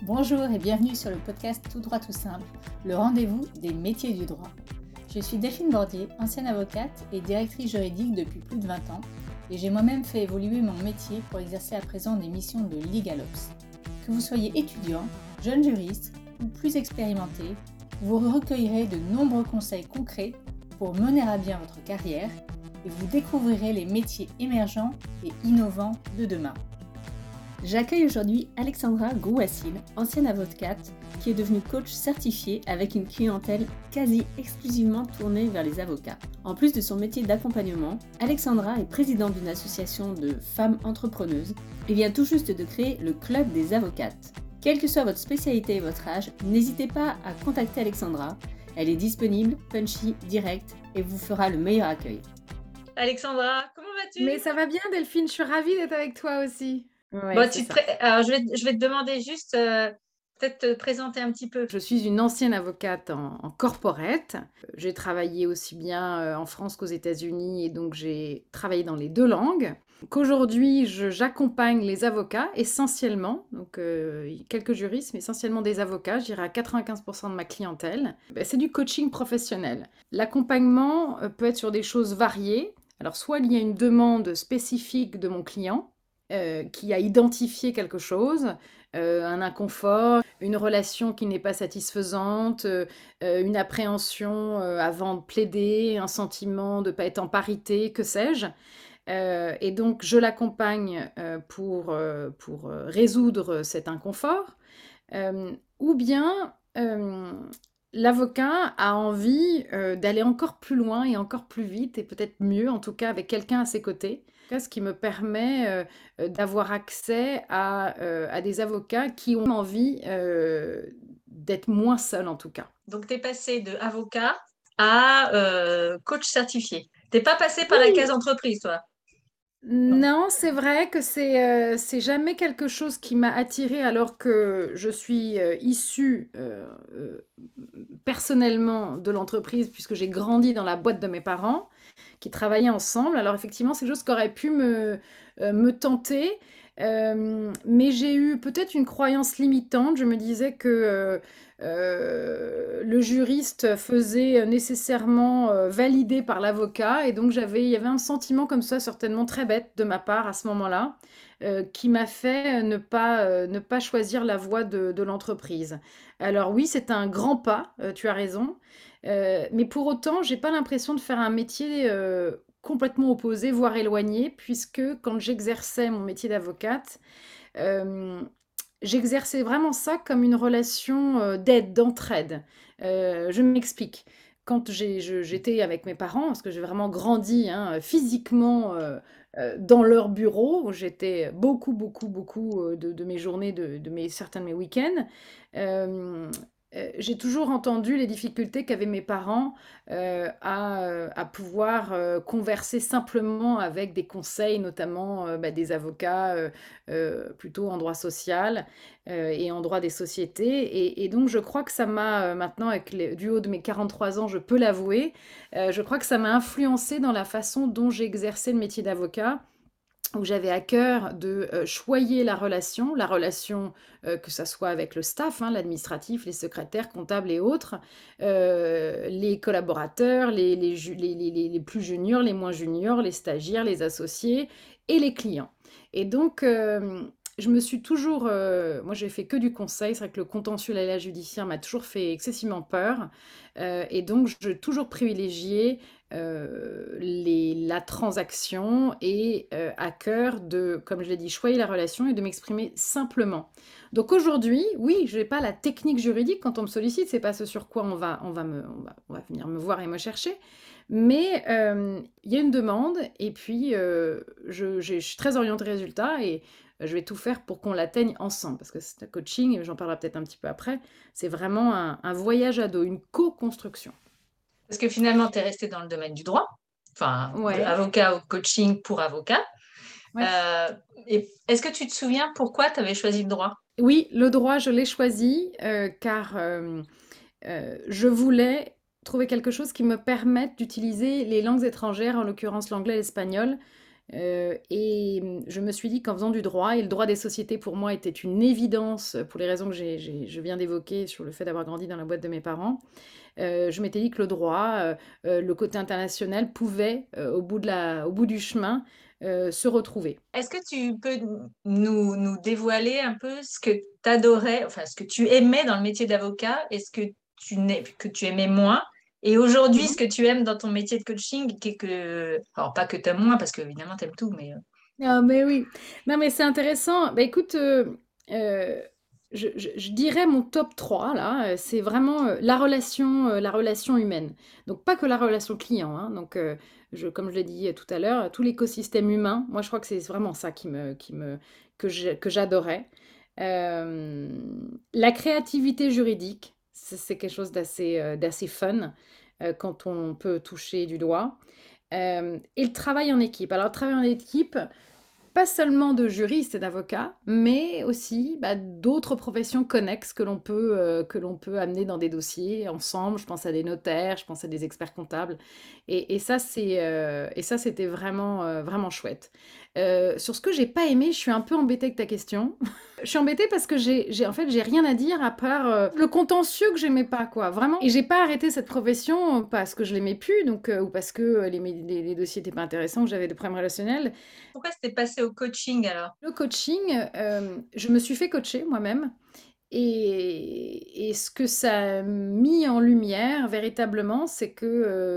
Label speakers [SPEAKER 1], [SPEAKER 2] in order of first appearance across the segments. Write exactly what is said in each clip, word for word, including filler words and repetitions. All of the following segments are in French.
[SPEAKER 1] Bonjour et bienvenue sur le podcast Tout droit tout simple, le rendez-vous des métiers du droit. Je suis Delphine Bordier, ancienne avocate et directrice juridique depuis plus de vingt ans et j'ai moi-même fait évoluer mon métier pour exercer à présent des missions de LegalOps. Que vous soyez étudiant, jeune juriste ou plus expérimenté, vous recueillerez de nombreux conseils concrets pour mener à bien votre carrière et vous découvrirez les métiers émergents et innovants de demain. J'accueille aujourd'hui Alexandra Gouassine, ancienne avocate, qui est devenue coach certifiée avec une clientèle quasi exclusivement tournée vers les avocats. En plus de son métier d'accompagnement, Alexandra est présidente d'une association de femmes entrepreneuses et vient tout juste de créer le Club des avocates. Quelle que soit votre spécialité et votre âge, n'hésitez pas à contacter Alexandra. Elle est disponible, punchy, directe et vous fera le meilleur accueil.
[SPEAKER 2] Alexandra, comment vas-tu?
[SPEAKER 3] Mais ça va bien Delphine, je suis ravie d'être avec toi aussi.
[SPEAKER 1] Ouais,
[SPEAKER 2] Bon,
[SPEAKER 1] c'est
[SPEAKER 2] tu te
[SPEAKER 1] ça.
[SPEAKER 2] pré- Alors, je vais, je vais te demander juste euh, peut-être te présenter un petit peu.
[SPEAKER 3] Je suis une ancienne avocate en, en corporate. J'ai travaillé aussi bien euh, en France qu'aux États-Unis et donc j'ai travaillé dans les deux langues. Qu'aujourd'hui, je- j'accompagne les avocats essentiellement, donc euh, quelques juristes, mais essentiellement des avocats, je dirais à quatre-vingt-quinze pour cent de ma clientèle. Ben, c'est du coaching professionnel. L'accompagnement euh, peut être sur des choses variées. Alors, soit il y a une demande spécifique de mon client, euh, qui a identifié quelque chose, euh, un inconfort, une relation qui n'est pas satisfaisante, euh, euh, une appréhension euh, avant de plaider, un sentiment de ne pas être en parité, que sais-je. Euh, et donc, je l'accompagne euh, pour, euh, pour euh, résoudre cet inconfort. Euh, ou bien, euh, l'avocat a envie euh, d'aller encore plus loin et encore plus vite, et peut-être mieux, en tout cas avec quelqu'un à ses côtés. Ce qui me permet euh, euh, d'avoir accès à, euh, à des avocats qui ont envie euh, d'être moins seuls, en tout cas.
[SPEAKER 2] Donc, tu es passé de avocat à euh, coach certifié. T'es pas passé par la
[SPEAKER 3] Oui,
[SPEAKER 2] case entreprise, toi? Non.
[SPEAKER 3] non, c'est vrai que c'est euh, c'est jamais quelque chose qui m'a attirée alors que je suis euh, issue euh, euh, personnellement de l'entreprise puisque j'ai grandi dans la boîte de mes parents qui travaillaient ensemble. Alors effectivement, c'est quelque chose qui aurait pu me, euh, me tenter, euh, mais j'ai eu peut-être une croyance limitante. Je me disais que euh, euh, le juriste faisait nécessairement euh, valider par l'avocat, et donc j'avais, il y avait un sentiment comme ça, certainement très bête de ma part à ce moment-là, euh, qui m'a fait ne pas, euh, ne pas choisir la voie de, de l'entreprise. Alors oui, c'est un grand pas, euh, tu as raison, euh, mais pour autant, j'ai pas l'impression de faire un métier euh, complètement opposé, voire éloigné, puisque quand j'exerçais mon métier d'avocate, euh, j'exerçais vraiment ça comme une relation euh, d'aide, d'entraide. Euh, je m'explique. Quand j'ai- je- j'étais avec mes parents, parce que j'ai vraiment grandi hein, physiquement euh, euh, dans leur bureau, où j'étais beaucoup, beaucoup, beaucoup euh, de, de mes journées, de, de mes, certains de mes week-ends, euh, euh, j'ai toujours entendu les difficultés qu'avaient mes parents euh, à, euh, à pouvoir euh, converser simplement avec des conseils, notamment euh, bah, des avocats euh, euh, plutôt en droit social euh, et en droit des sociétés. Et, et donc, je crois que ça m'a, euh, maintenant, avec les- du haut de mes quarante-trois ans, je peux l'avouer, euh, je crois que ça m'a influencé dans la façon dont j'ai exercé le métier d'avocat, où j'avais à cœur de euh, choyer la relation, la relation euh, que ça soit avec le staff, hein, l'administratif, les secrétaires, comptables et autres, euh, les collaborateurs, les, les, ju- les- les- les- les plus juniors, les moins juniors, les stagiaires, les associés et les clients. Et donc, euh, je me suis toujours, euh, moi j'ai fait que du conseil, c'est vrai que le contentieux et la judiciaire m'a toujours fait excessivement peur, euh, et donc j'ai toujours privilégié euh, les, la transaction et euh, à cœur de, comme je l'ai dit, choyer la relation et de m'exprimer simplement. Donc aujourd'hui, oui, je n'ai pas la technique juridique quand on me sollicite, c'est pas ce sur quoi on va, on va, me, on va, on va venir me voir et me chercher, mais euh, il y a une demande et puis euh, je, je suis très orientée résultat et je vais tout faire pour qu'on l'atteigne ensemble parce que c'est un coaching, et j'en parlerai peut-être un petit peu après, c'est vraiment un, un voyage à dos, une co-construction.
[SPEAKER 2] Parce que finalement, tu es resté dans le domaine du droit, enfin, de
[SPEAKER 3] Ouais,
[SPEAKER 2] avocat au coaching pour avocat.
[SPEAKER 3] ouais.
[SPEAKER 2] Euh, et est-ce que tu te souviens pourquoi tu avais choisi le droit?
[SPEAKER 3] Oui, le droit, je l'ai choisi euh, car euh, euh, je voulais trouver quelque chose qui me permette d'utiliser les langues étrangères, en l'occurrence l'anglais et l'espagnol, Euh, et hum, je me suis dit qu'en faisant du droit, et le droit des sociétés pour moi était une évidence pour les raisons que j'ai, j'ai- je viens d'évoquer sur le fait d'avoir grandi dans la boîte de mes parents, euh, je m'étais dit que le droit, euh, euh, le côté international pouvait, euh, au bout de la, au bout du chemin, euh, se retrouver.
[SPEAKER 2] Est-ce que tu peux nous, nous dévoiler un peu ce que tu adorais, enfin ce que tu aimais dans le métier d'avocat et ce que tu, n'ai- que tu aimais moins? Et aujourd'hui, ce
[SPEAKER 3] Mhm.
[SPEAKER 2] que tu aimes dans ton métier de coaching, qui est que, alors pas que tu aimes moins, parce qu'évidemment, tu aimes tout, mais euh,
[SPEAKER 3] Ah, mais oui. Non, mais c'est intéressant. Bah, écoute, euh, euh, je, je- je dirais mon top trois là, euh, c'est vraiment euh, la relation, euh, la relation humaine. Donc, pas que la relation client, hein. Donc, euh, je, comme je l'ai dit tout à l'heure, tout l'écosystème humain, moi, je crois que c'est vraiment ça qui me, qui me, que j'ai- que j'adorais. Euh, la créativité juridique, c'est c'est quelque chose d'assez euh, d'assez fun euh, quand on peut toucher du doigt. Euh, et le travail en équipe. Alors, le travail en équipe, pas seulement de juristes et d'avocats, mais aussi bah, d'autres professions connexes que l'on peut, euh, que l'on peut amener dans des dossiers ensemble. Je pense à des notaires, je pense à des experts comptables. Et, et ça, c'est, euh, et ça, c'était vraiment, euh, vraiment chouette. Euh, sur ce que j'ai pas aimé, je suis un peu embêtée avec ta question. Je suis embêtée parce que j'ai, j'ai, en fait, j'ai rien à dire à part euh, le contentieux que j'aimais pas, quoi, vraiment. Et j'ai pas arrêté cette profession parce que je l'aimais plus, donc, euh, ou parce que euh, les, mé- les, les dossiers étaient pas intéressants, que j'avais des problèmes relationnels.
[SPEAKER 2] pourquoi c'était passé au coaching alors?
[SPEAKER 3] Le coaching, euh, je me suis fait coacher moi-même. Et, et ce que ça a mis en lumière véritablement, c'est que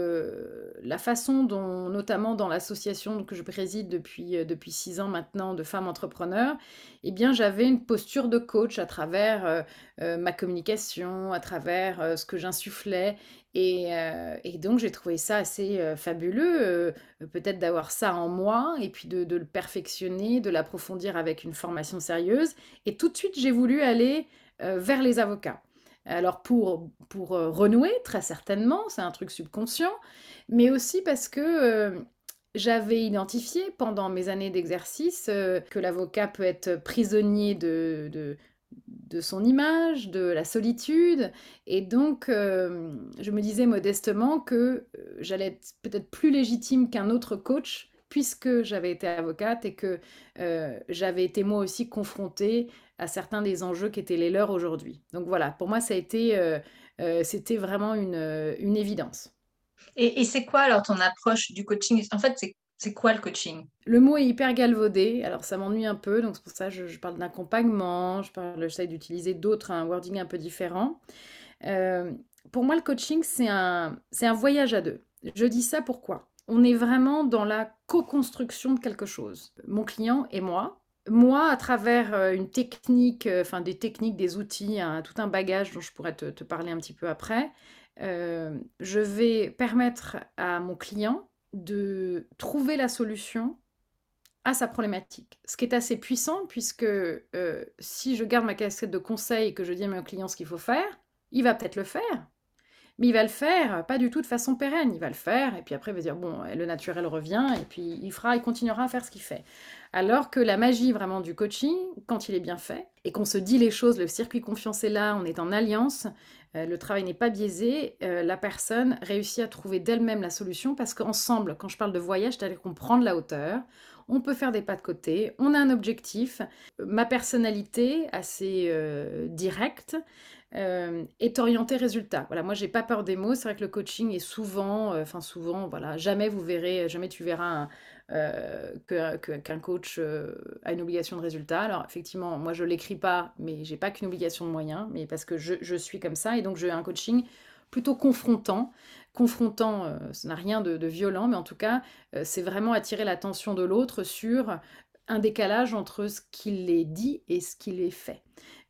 [SPEAKER 3] euh, la façon dont, notamment dans l'association que je préside depuis, euh, depuis six ans maintenant de femmes entrepreneurs, eh bien j'avais une posture de coach à travers euh, euh, ma communication, à travers euh, ce que j'insufflais. Et, euh, et donc j'ai trouvé ça assez euh, fabuleux, euh, peut-être d'avoir ça en moi et puis de, de le perfectionner, de l'approfondir avec une formation sérieuse. Et tout de suite, j'ai voulu aller euh, vers les avocats. Alors pour, pour euh, renouer, très certainement, c'est un truc subconscient, mais aussi parce que euh, j'avais identifié pendant mes années d'exercice euh, que l'avocat peut être prisonnier de, de, de son image, de la solitude, et donc euh, je me disais modestement que euh, j'allais être peut-être plus légitime qu'un autre coach puisque j'avais été avocate et que euh, j'avais été moi aussi confrontée à certains des enjeux qui étaient les leurs aujourd'hui. Donc voilà, pour moi, ça a été, euh, euh, c'était vraiment une, euh, une évidence.
[SPEAKER 2] Et, et c'est quoi alors ton approche du coaching? En fait, c'est c'est quoi le coaching?
[SPEAKER 3] Le mot est hyper galvaudé, alors ça m'ennuie un peu, donc c'est pour ça que je, je parle d'accompagnement, je parle, j'essaie d'utiliser d'autres, un wording un peu différent. Euh, pour moi, le coaching, c'est un, c'est un voyage à deux. Je dis ça pourquoi? On est vraiment dans la co-construction de quelque chose. Mon client et moi. Moi, à travers euh, une technique, euh, enfin des techniques, des outils, un- tout un bagage dont je pourrais te, te parler un petit peu après, euh, je vais permettre à mon client de trouver la solution à sa problématique. Ce qui est assez puissant puisque euh, si je garde ma casquette de conseil et que je dis à mon client ce qu'il faut faire, il va peut-être le faire, mais il va le faire pas du tout de façon pérenne. Il va le faire et puis après il va dire bon, le naturel revient et puis il fera, il continuera à faire ce qu'il fait. Alors que la magie vraiment du coaching, quand il est bien fait et qu'on se dit les choses, le circuit confiance est là, on est en alliance, euh, le travail n'est pas biaisé, euh, la personne réussit à trouver d'elle-même la solution parce qu'ensemble, quand je parle de voyage, c'est-à-dire qu'on prend de la hauteur, on peut faire des pas de côté, on a un objectif. Ma personnalité assez euh, directe euh, est orientée résultat. Voilà, moi j'ai pas peur des mots. C'est vrai que le coaching est souvent, euh, enfin souvent, voilà, jamais vous verrez, jamais tu verras un, euh, que- que- qu'un coach euh, a une obligation de résultat. Alors effectivement, moi je l'écris pas, mais j'ai pas qu'une obligation de moyens, mais parce que je, je suis comme ça et donc j'ai un coaching plutôt confrontant. Confrontant, euh, ça n'a rien de, de violent, mais en tout cas, euh, c'est vraiment attirer l'attention de l'autre sur un décalage entre ce qu'il est dit et ce qu'il est fait.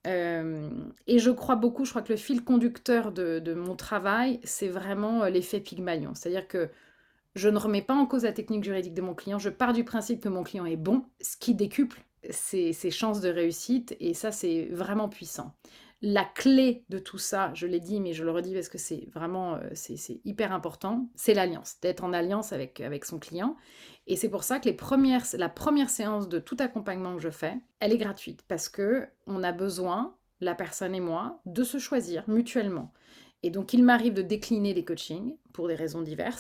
[SPEAKER 3] Euh, et je crois beaucoup, je crois que le fil conducteur de, de mon travail, c'est vraiment euh, l'effet Pygmalion. C'est-à-dire que je ne remets pas en cause la technique juridique de mon client, je pars du principe que mon client est bon, ce qui décuple ses, ses chances de réussite, et ça, c'est vraiment puissant. La clé de tout ça, je l'ai dit, mais je le redis parce que c'est vraiment euh, c'est, c'est hyper important, c'est l'alliance, d'être en alliance avec, avec son client. Et c'est pour ça que les premières, la première séance de tout accompagnement que je fais, elle est gratuite, parce que on a besoin, la personne et moi, de se choisir mutuellement. Et donc, il m'arrive de décliner les coachings pour des raisons diverses.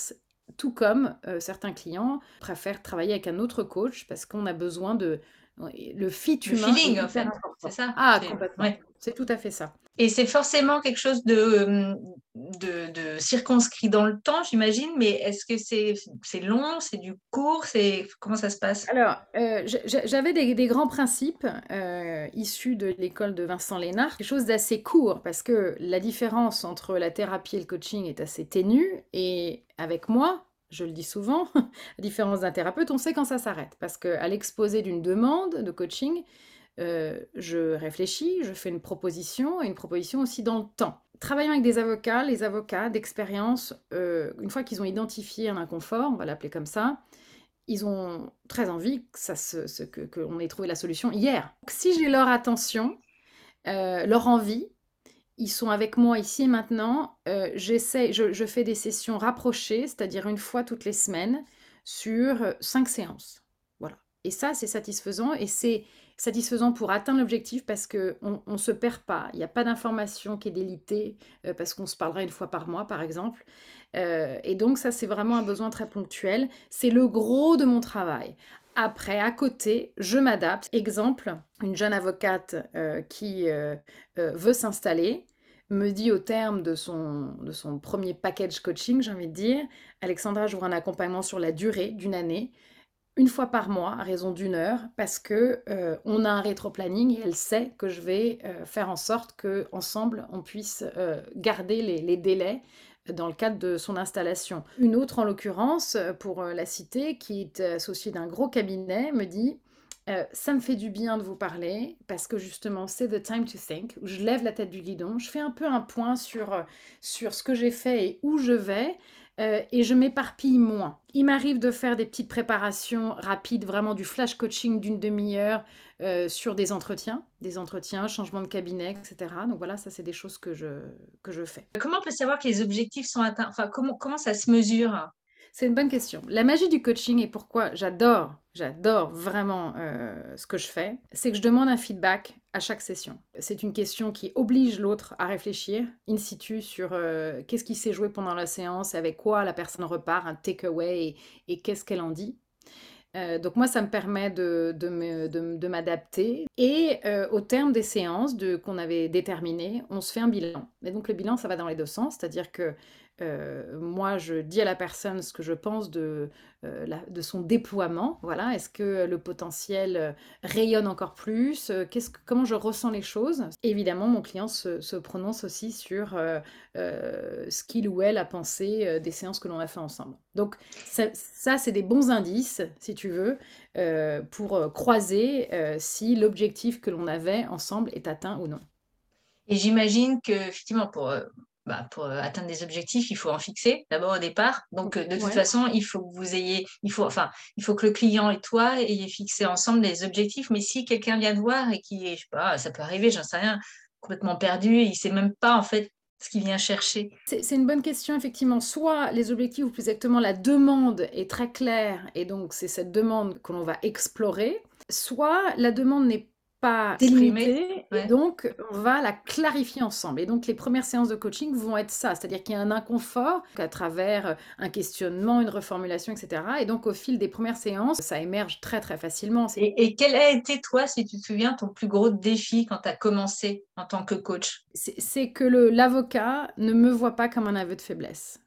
[SPEAKER 3] tout comme euh, certains clients préfèrent travailler avec un autre coach parce qu'on a besoin de... ouais, le fit
[SPEAKER 2] Le
[SPEAKER 3] humain est
[SPEAKER 2] feeling, en
[SPEAKER 3] hyper
[SPEAKER 2] fait, c'est
[SPEAKER 3] important.
[SPEAKER 2] ça.
[SPEAKER 3] Ah,
[SPEAKER 2] C'est,
[SPEAKER 3] complètement.
[SPEAKER 2] ouais.
[SPEAKER 3] C'est tout à fait ça.
[SPEAKER 2] Et c'est forcément quelque chose de, de, de circonscrit dans le temps, j'imagine, mais est-ce que c'est c'est long, c'est du court, c'est comment ça se passe?
[SPEAKER 3] Alors, euh, j- j- j'avais des, des grands principes euh, issus de l'école de Vincent Lénard, quelque chose d'assez court, parce que la différence entre la thérapie et le coaching est assez ténue, et avec moi, je le dis souvent, à différence d'un thérapeute, on sait quand ça s'arrête, parce qu'à l'exposé d'une demande de coaching, euh, je réfléchis, je fais une proposition, et une proposition aussi dans le temps. Travaillant avec des avocats, les avocats d'expérience, euh, une fois qu'ils ont identifié un inconfort, on va l'appeler comme ça, ils ont très envie que ça se, se- que, qu'on ait trouvé la solution hier. Donc, si j'ai leur attention, euh, leur envie, ils sont avec moi ici et maintenant. Euh, j'essaie, je, je fais des sessions rapprochées, c'est-à-dire une fois toutes les semaines, sur euh, cinq séances. Voilà. Et ça, c'est satisfaisant et c'est satisfaisant pour atteindre l'objectif parce qu'on ne se perd pas. Il n'y a pas d'information qui est délitée euh, parce qu'on se parlera une fois par mois, par exemple. Euh, et donc, ça, c'est vraiment un besoin très ponctuel. C'est le gros de mon travail. Après, à côté, je m'adapte. Exemple, une jeune avocate euh, qui euh, euh, veut s'installer me dit au terme de son, de son premier package coaching, j'ai envie de dire, Alexandra, j'ouvre un accompagnement sur la durée d'une année, une fois par mois, à raison d'une heure, parce que euh, on a un rétro-planning et elle sait que je vais euh, faire en sorte que ensemble on puisse euh, garder les, les délais dans le cadre de son installation. Une autre, en l'occurrence, pour euh, la citer, qui est associée d'un gros cabinet, me dit euh, ça me fait du bien de vous parler parce que justement c'est the time to think, où je lève la tête du guidon, je fais un peu un point sur, euh, sur ce que j'ai fait et où je vais, euh, et je m'éparpille moins. Il m'arrive de faire des petites préparations rapides, vraiment du flash coaching d'une demi-heure euh, sur des entretiens, des entretiens, changement de cabinet, et cetera. Donc voilà, ça c'est des choses que je, que je fais.
[SPEAKER 2] Comment on peut savoir que les objectifs sont atteints? Enfin, comment, comment ça se mesure?
[SPEAKER 3] C'est une bonne question. La magie du coaching et pourquoi j'adore, j'adore vraiment euh, ce que je fais, c'est que je demande un feedback à chaque session. C'est une question qui oblige l'autre à réfléchir in situ sur euh, qu'est-ce qui s'est joué pendant la séance, avec quoi la personne repart, un takeaway et, et qu'est-ce qu'elle en dit. Euh, donc moi, ça me permet de, de me- de de m'adapter. Et euh, au terme des séances de, qu'on avait déterminées, on se fait un bilan. Et donc le bilan, ça va dans les deux sens, c'est-à-dire que euh, moi, je dis à la personne ce que je pense de, euh, la- de son déploiement. Voilà, est-ce que le potentiel euh, rayonne encore plus? Euh, qu'est-ce que- comment je ressens les choses? Évidemment, mon client se, se prononce aussi sur euh, euh, ce qu'il ou elle a pensé euh, des séances que l'on a fait ensemble. Donc ça, ça, c'est des bons indices, si tu veux, euh, pour euh, croiser euh, si l'objectif que l'on avait ensemble est atteint ou non.
[SPEAKER 2] Et j'imagine que, effectivement, pour, euh, bah, pour euh, atteindre des objectifs, il faut en fixer d'abord au départ. Donc, euh, de toute
[SPEAKER 3] Ouais.
[SPEAKER 2] façon, il faut que vous ayez, il faut, enfin, il faut que le client et toi ayez fixé ensemble des objectifs. Mais si quelqu'un vient te voir et qui est, je sais pas, ça peut arriver, j'en sais rien, complètement perdu, il sait même pas en fait ce qu'il vient chercher.
[SPEAKER 3] C'est c'est une bonne question, effectivement. Soit les objectifs, ou plus exactement la demande est très claire, et donc c'est cette demande que l'on va explorer, soit la demande n'est pas
[SPEAKER 2] Exprimer,
[SPEAKER 3] délimitée, et
[SPEAKER 2] ouais.
[SPEAKER 3] donc on va la clarifier ensemble. Et donc les premières séances de coaching vont être ça, c'est-à-dire qu'il y a un inconfort à travers un questionnement, une reformulation, et cetera. Et donc au fil des premières séances, ça émerge très très facilement. C'est
[SPEAKER 2] Et, et quel a été, toi, si tu te souviens, ton plus gros défi quand tu as commencé en tant que coach?
[SPEAKER 3] c'est- c'est que le- l'avocat ne me voit pas comme un aveu de faiblesse.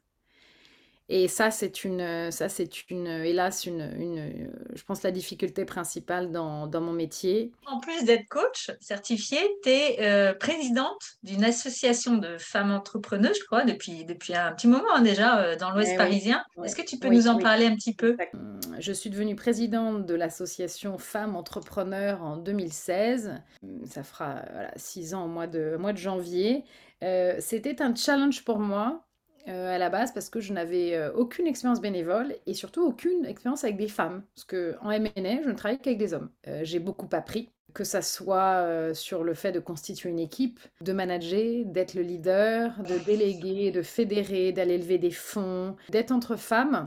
[SPEAKER 3] Et ça, c'est une, ça, c'est une, hélas, une, une, euh, je pense, la difficulté principale dans, dans mon métier.
[SPEAKER 2] En plus d'être coach certifiée, tu es présidente d'une association de femmes entrepreneuses, je crois, depuis, depuis un petit moment hein, déjà euh, dans l'Ouest
[SPEAKER 3] Eh oui,
[SPEAKER 2] parisien. Est-ce
[SPEAKER 3] ouais,
[SPEAKER 2] que tu peux
[SPEAKER 3] oui,
[SPEAKER 2] nous en
[SPEAKER 3] oui.
[SPEAKER 2] parler un petit peu?
[SPEAKER 3] Exact. Hum, Je suis devenue présidente de l'association Femmes Entrepreneurs en deux mille seize. Hum, Ça fera voilà, six ans au mois de, au mois de janvier. Euh, c'était un challenge pour moi euh, à la base parce que je n'avais euh, aucune expérience bénévole et surtout aucune expérience avec des femmes. Parce qu'en M and A, je ne travaillais qu'avec des hommes. Euh, j'ai beaucoup appris, que ça soit euh, sur le fait de constituer une équipe, de manager, d'être le leader, de déléguer, de fédérer, d'aller lever des fonds, d'être entre femmes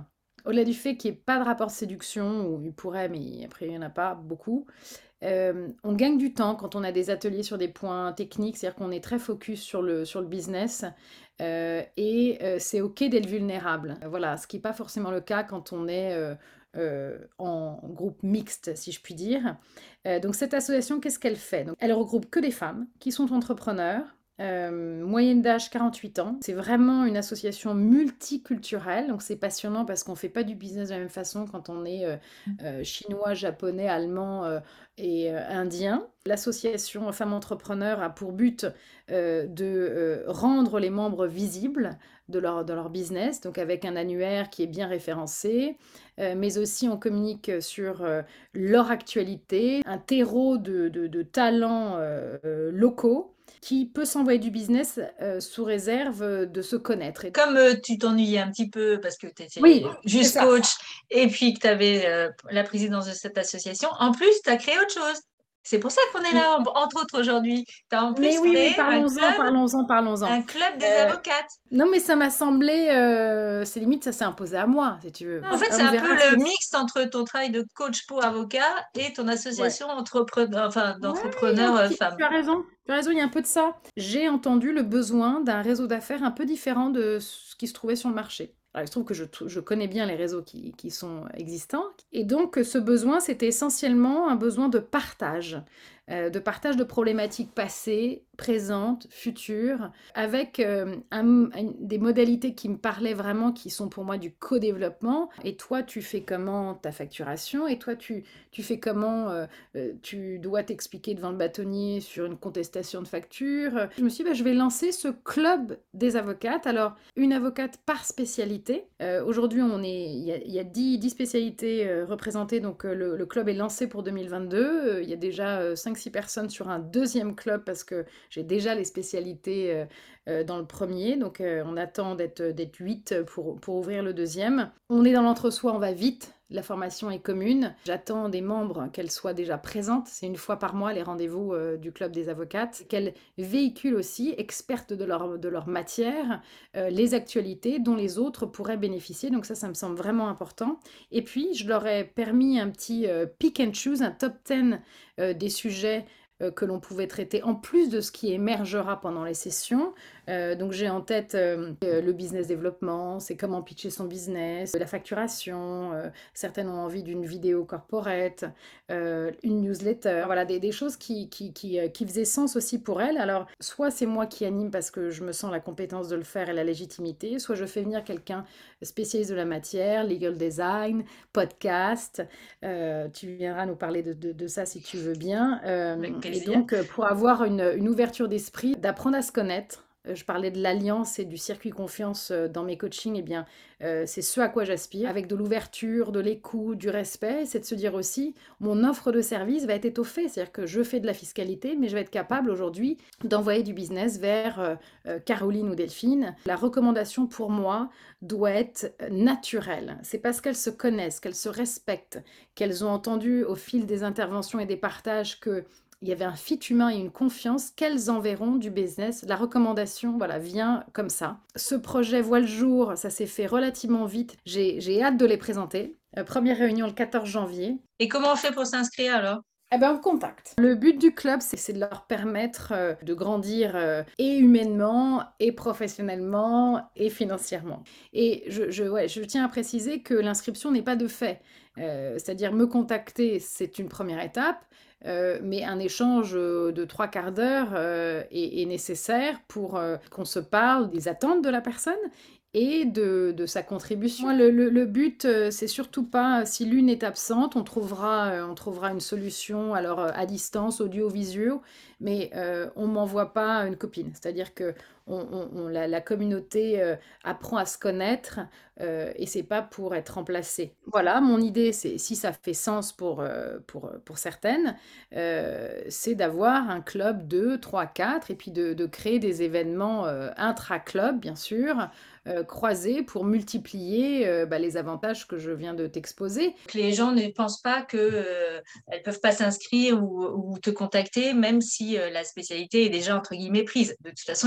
[SPEAKER 3] Au-delà du fait qu'il n'y ait pas de rapport de séduction, ou il pourrait, mais après il n'y en a pas beaucoup, euh, on gagne du temps quand on a des ateliers sur des points techniques, c'est-à-dire qu'on est très focus sur le, sur le business, euh, et euh, c'est OK d'être vulnérable. Voilà, ce qui n'est pas forcément le cas quand on est euh, euh, en groupe mixte, si je puis dire. Euh, donc cette association, qu'est-ce qu'elle fait? Donc, elle regroupe que des femmes qui sont entrepreneurs, euh, moyenne d'âge quarante-huit ans. C'est vraiment une association multiculturelle, donc c'est passionnant parce qu'on ne fait pas du business de la même façon quand on est euh, euh, chinois, japonais, allemand euh, et euh, indien. L'association Femmes Entrepreneurs a pour but euh, de euh, rendre les membres visibles de leur, de leur business, donc avec un annuaire qui est bien référencé, euh, mais aussi on communique sur euh, leur actualité, un terreau de, de, de talents euh, euh, locaux qui peut s'envoyer du business euh, sous réserve euh, de se connaître. Et...
[SPEAKER 2] Comme euh, tu t'ennuyais un petit peu parce que tu étais
[SPEAKER 3] Oui,
[SPEAKER 2] juste coach et puis que tu avais euh, la présidence de cette association, en plus, tu as créé autre chose. C'est pour ça qu'on est là, entre autres, aujourd'hui. Tu as en plus
[SPEAKER 3] mais oui,
[SPEAKER 2] créé
[SPEAKER 3] mais parlons-en,
[SPEAKER 2] un club,
[SPEAKER 3] parlons-en, parlons-en.
[SPEAKER 2] un club des
[SPEAKER 3] Euh,
[SPEAKER 2] avocates.
[SPEAKER 3] Non, mais ça m'a semblé, euh, c'est limite, ça s'est imposé à moi, si tu veux.
[SPEAKER 2] En fait,
[SPEAKER 3] On
[SPEAKER 2] c'est un
[SPEAKER 3] verra
[SPEAKER 2] peu
[SPEAKER 3] si-
[SPEAKER 2] le mix entre ton travail de coach pour avocat et ton association entrepreneur, enfin, d'entrepreneurs
[SPEAKER 3] Ouais,
[SPEAKER 2] euh,
[SPEAKER 3] tu,
[SPEAKER 2] femmes.
[SPEAKER 3] tu as raison, tu as raison, il y a un peu de ça. J'ai entendu le besoin d'un réseau d'affaires un peu différent de ce qui se trouvait sur le marché. Alors, il se trouve que je, je connais bien les réseaux qui, qui sont existants. Et donc, ce besoin, c'était essentiellement un besoin de partage. Euh, de partage de problématiques passées, présentes, futures, avec euh, un- un- des modalités qui me parlaient vraiment, qui sont pour moi du co-développement. Et toi, tu fais comment ta facturation? Et toi, tu, tu fais comment euh, euh, tu dois t'expliquer devant le bâtonnier sur une contestation de facture? Je me suis dit, bah, je vais lancer ce club des avocates. Alors, une avocate par spécialité. Euh, aujourd'hui, on est, il y a, il y a dix, dix spécialités euh, représentées, donc euh, le, le club est lancé pour deux mille vingt-deux. Euh, il y a déjà euh, cinq six personnes sur un deuxième club parce que j'ai déjà les spécialités euh, euh, dans le premier, donc euh, on attend d'être d'être huit pour, pour ouvrir le deuxième. On est dans l'entre-soi, on va vite. La formation est commune. J'attends des membres qu'elles soient déjà présentes. C'est une fois par mois les rendez-vous euh, du club des avocates. Qu'elles véhiculent aussi, expertes de leur, de leur matière, euh, les actualités dont les autres pourraient bénéficier. Donc ça, ça me semble vraiment important. Et puis, je leur ai permis un petit euh, pick and choose, un top dix euh, des sujets euh, que l'on pouvait traiter en plus de ce qui émergera pendant les sessions. Euh, donc j'ai en tête euh, le business développement, c'est comment pitcher son business, la facturation, euh, certaines ont envie d'une vidéo corporate, euh, une newsletter, voilà, des, des choses qui, qui, qui, euh, qui faisaient sens aussi pour elles. Alors, soit c'est moi qui anime parce que je me sens la compétence de le faire et la légitimité, soit je fais venir quelqu'un spécialiste de la matière, legal design, podcast. Euh, tu viendras nous parler de, de, de ça si tu veux bien. Euh, et donc, pour avoir une, une ouverture d'esprit, d'apprendre à se connaître. Je parlais de l'alliance et du circuit confiance dans mes coachings, eh bien, euh, c'est ce à quoi j'aspire, avec de l'ouverture, de l'écoute, du respect, c'est de se dire aussi, mon offre de service va être étoffée, c'est-à-dire que je fais de la fiscalité, mais je vais être capable aujourd'hui d'envoyer du business vers euh, euh, Caroline ou Delphine. La recommandation pour moi doit être naturelle. C'est parce qu'elles se connaissent, qu'elles se respectent, qu'elles ont entendu au fil des interventions et des partages que il y avait un fit humain et une confiance qu'elles enverront du business. La recommandation, voilà, vient comme ça. Ce projet voit le jour, ça s'est fait relativement vite. J'ai, j'ai hâte de les présenter. Euh, première réunion le quatorze janvier.
[SPEAKER 2] Et comment on fait pour s'inscrire alors ?
[SPEAKER 3] Eh ben, on contacte. Le but du club, c'est, c'est de leur permettre euh, de grandir euh, et humainement, et professionnellement, et financièrement. Et je, je, ouais, je tiens à préciser que l'inscription n'est pas de fait. Euh, c'est-à-dire me contacter, c'est une première étape. Euh, mais un échange de trois quarts d'heure euh, est, est nécessaire pour euh, qu'on se parle des attentes de la personne et de, de sa contribution. Moi, le, le, le but, euh, c'est surtout pas, si l'une est absente, on trouvera, euh, on trouvera une solution, alors euh, à distance, audio-visuel, mais euh, on m'envoie pas une copine. C'est-à-dire que on, on, on, la, la communauté euh, apprend à se connaître euh, et c'est pas pour être remplacée. Voilà, mon idée, c'est, si ça fait sens pour, euh, pour, pour certaines, euh, c'est d'avoir un club deux, trois, quatre et puis de, de créer des événements euh, intra-club, bien sûr, euh, croisés pour multiplier euh, bah, les avantages que je viens de t'exposer.
[SPEAKER 2] Que les gens ne pensent pas qu'elles euh, ne peuvent pas s'inscrire ou, ou te contacter, même si euh, la spécialité est déjà entre guillemets prise. De toute façon, il y a
[SPEAKER 3] Ouais.
[SPEAKER 2] d'autres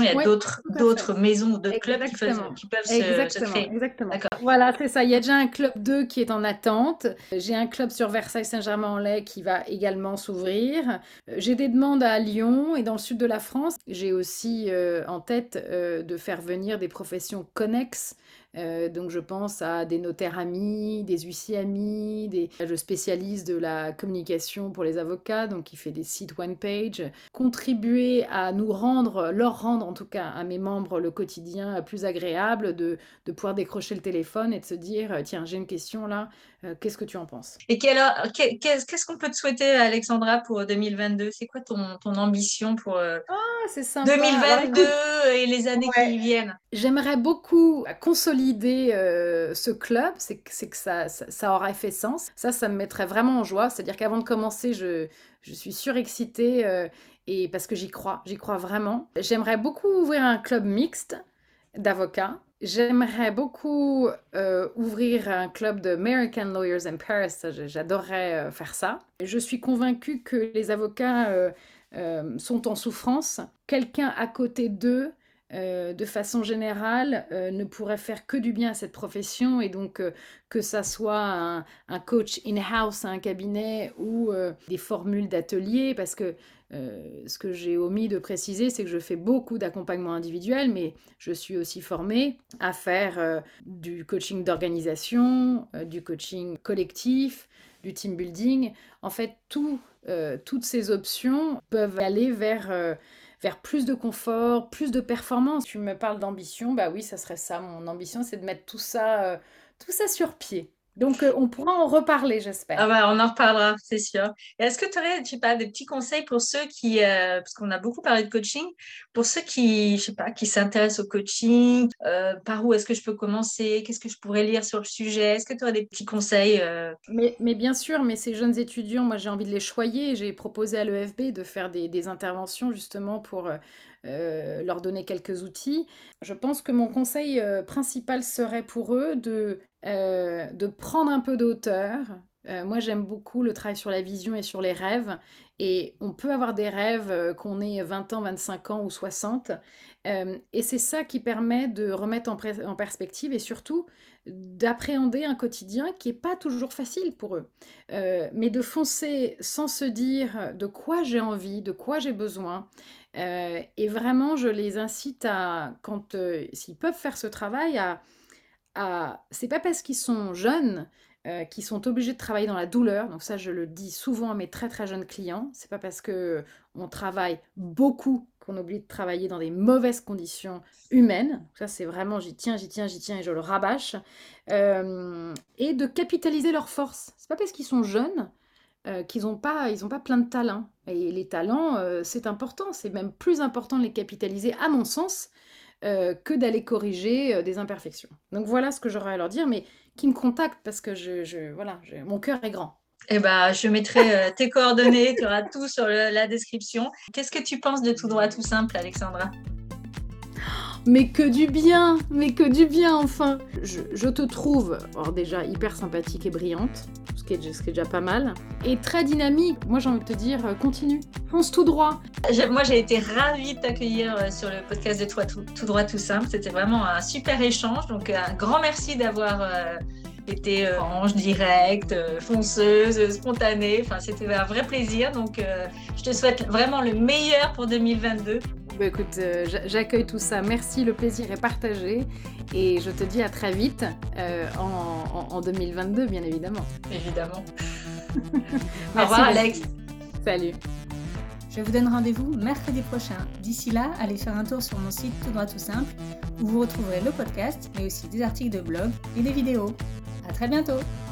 [SPEAKER 2] d'autres,
[SPEAKER 3] Tout à
[SPEAKER 2] d'autres
[SPEAKER 3] fait.
[SPEAKER 2] maisons ou d'autres clubs qui, faisent,
[SPEAKER 3] Exactement.
[SPEAKER 2] qui peuvent se, se
[SPEAKER 3] Exactement,
[SPEAKER 2] créer.
[SPEAKER 3] exactement.
[SPEAKER 2] D'accord.
[SPEAKER 3] Voilà, c'est ça. Il y a déjà un club deux qui est en attente. J'ai un club sur Versailles-Saint-Germain-en-Laye qui va également s'ouvrir. Euh, J'ai des demandes à Lyon et dans le sud de la France. J'ai aussi euh, en tête euh, de faire venir des professions connexes. Euh, donc je pense à des notaires amis, des huissiers amis, des... je spécialise de la communication pour les avocats, donc qui fait des sites one page, contribuer à nous rendre, leur rendre en tout cas à mes membres le quotidien plus agréable, de, de pouvoir décrocher le téléphone et de se dire tiens j'ai une question là, euh, qu'est-ce que tu en penses?
[SPEAKER 2] Et quelle, qu'est-ce, qu'est-ce qu'on peut te souhaiter, Alexandra, pour deux mille vingt-deux? C'est quoi ton, ton ambition pour euh,
[SPEAKER 3] Ah, c'est sympa. Alors écoute,
[SPEAKER 2] deux mille vingt-deux et les années
[SPEAKER 3] ouais,
[SPEAKER 2] qui viennent?
[SPEAKER 3] j'aimerais beaucoup consolider euh, ce club, c'est que, c'est que ça, ça, ça aurait fait sens. Ça, ça me mettrait vraiment en joie. C'est-à-dire qu'avant de commencer, je, je suis surexcitée euh, et parce que j'y crois, j'y crois vraiment. J'aimerais beaucoup ouvrir un club mixte d'avocats. J'aimerais beaucoup euh, ouvrir un club de American Lawyers in Paris. Ça, j'adorerais euh, faire ça. Je suis convaincue que les avocats euh, euh, sont en souffrance. Quelqu'un à côté d'eux euh, de façon générale, euh, ne pourrait faire que du bien à cette profession et donc euh, que ça soit un, un coach in-house à un cabinet ou euh, des formules d'atelier, parce que euh, ce que j'ai omis de préciser, c'est que je fais beaucoup d'accompagnement individuel, mais je suis aussi formée à faire euh, du coaching d'organisation, euh, du coaching collectif, du team building. En fait, tout, euh, toutes ces options peuvent aller vers... Euh, vers plus de confort, plus de performance. Tu me parles d'ambition, bah oui, ça serait ça. Mon ambition, c'est de mettre tout ça, euh, tout ça sur pied. Donc, euh, on pourra en reparler, j'espère.
[SPEAKER 2] Ah bah, on en reparlera, c'est sûr. Et est-ce que tu aurais, je sais pas, des petits conseils pour ceux qui, euh, parce qu'on a beaucoup parlé de coaching, pour ceux qui, je sais pas, qui s'intéressent au coaching, euh, par où est-ce que je peux commencer? Qu'est-ce que je pourrais lire sur le sujet? Est-ce que tu aurais des petits conseils euh...
[SPEAKER 3] mais, mais bien sûr, mais ces jeunes étudiants, moi j'ai envie de les choyer. J'ai proposé à l'E F B de faire des, des interventions justement pour euh, leur donner quelques outils. Je pense que mon conseil euh, principal serait pour eux de, euh, de prendre un peu de hauteur. Euh, moi, j'aime beaucoup le travail sur la vision et sur les rêves. Et on peut avoir des rêves euh, qu'on ait vingt ans, vingt-cinq ans ou soixante. Euh, et c'est ça qui permet de remettre en, pré- en perspective et surtout d'appréhender un quotidien qui n'est pas toujours facile pour eux. Euh, mais de foncer sans se dire de quoi j'ai envie, de quoi j'ai besoin. Euh, et vraiment, je les incite à, quand euh, s'ils peuvent faire ce travail, à à... c'est pas parce qu'ils sont jeunes euh, qu'ils sont obligés de travailler dans la douleur. Donc ça, je le dis souvent à mes très très jeunes clients. C'est pas parce que on travaille beaucoup qu'on oublie de travailler dans des mauvaises conditions humaines. Ça, c'est vraiment j'y tiens, j'y tiens, j'y tiens et je le rabâche. Euh, et de capitaliser leurs forces. C'est pas parce qu'ils sont jeunes euh, qu'ils n'ont pas, ils ont pas plein de talents. Et les talents, euh, c'est important. C'est même plus important de les capitaliser, à mon sens, euh, que d'aller corriger euh, des imperfections. Donc voilà ce que j'aurais à leur dire, mais qui me contactent parce que je, je, voilà, je- mon cœur est grand.
[SPEAKER 2] Eh ben, je mettrai euh, tes coordonnées, tu auras tout sur le- la description. Qu'est-ce que tu penses de Tout droit, tout simple, Alexandra?
[SPEAKER 3] Mais que du bien, mais que du bien enfin. Je, je te trouve, alors déjà hyper sympathique et brillante, ce qui, est, ce qui est déjà pas mal, et très dynamique. Moi j'ai envie de te dire, euh, continue, fonce tout droit.
[SPEAKER 2] Je- moi, j'ai été ravie de t'accueillir euh, sur le podcast de Toi, tout, Tout droit, tout simple. C'était vraiment un super échange. Donc, un grand merci d'avoir euh, été euh, franche, directe, euh, fonceuse, euh, spontanée. Enfin, c'était un vrai plaisir. Donc, euh, je te souhaite vraiment le meilleur pour deux mille vingt-deux.
[SPEAKER 3] Bah, écoute, euh, j'a- j'accueille tout ça. Merci, le plaisir est partagé. Et je te dis à très vite euh, en, en- en deux mille vingt-deux, bien évidemment.
[SPEAKER 2] Évidemment. Au
[SPEAKER 3] Merci,
[SPEAKER 2] revoir,
[SPEAKER 3] Lucie.
[SPEAKER 2] Alex.
[SPEAKER 3] Salut.
[SPEAKER 1] Je vous donne rendez-vous mercredi prochain. D'ici là, allez faire un tour sur mon site Tout droit tout simple où vous retrouverez le podcast, mais aussi des articles de blog et des vidéos. À très bientôt!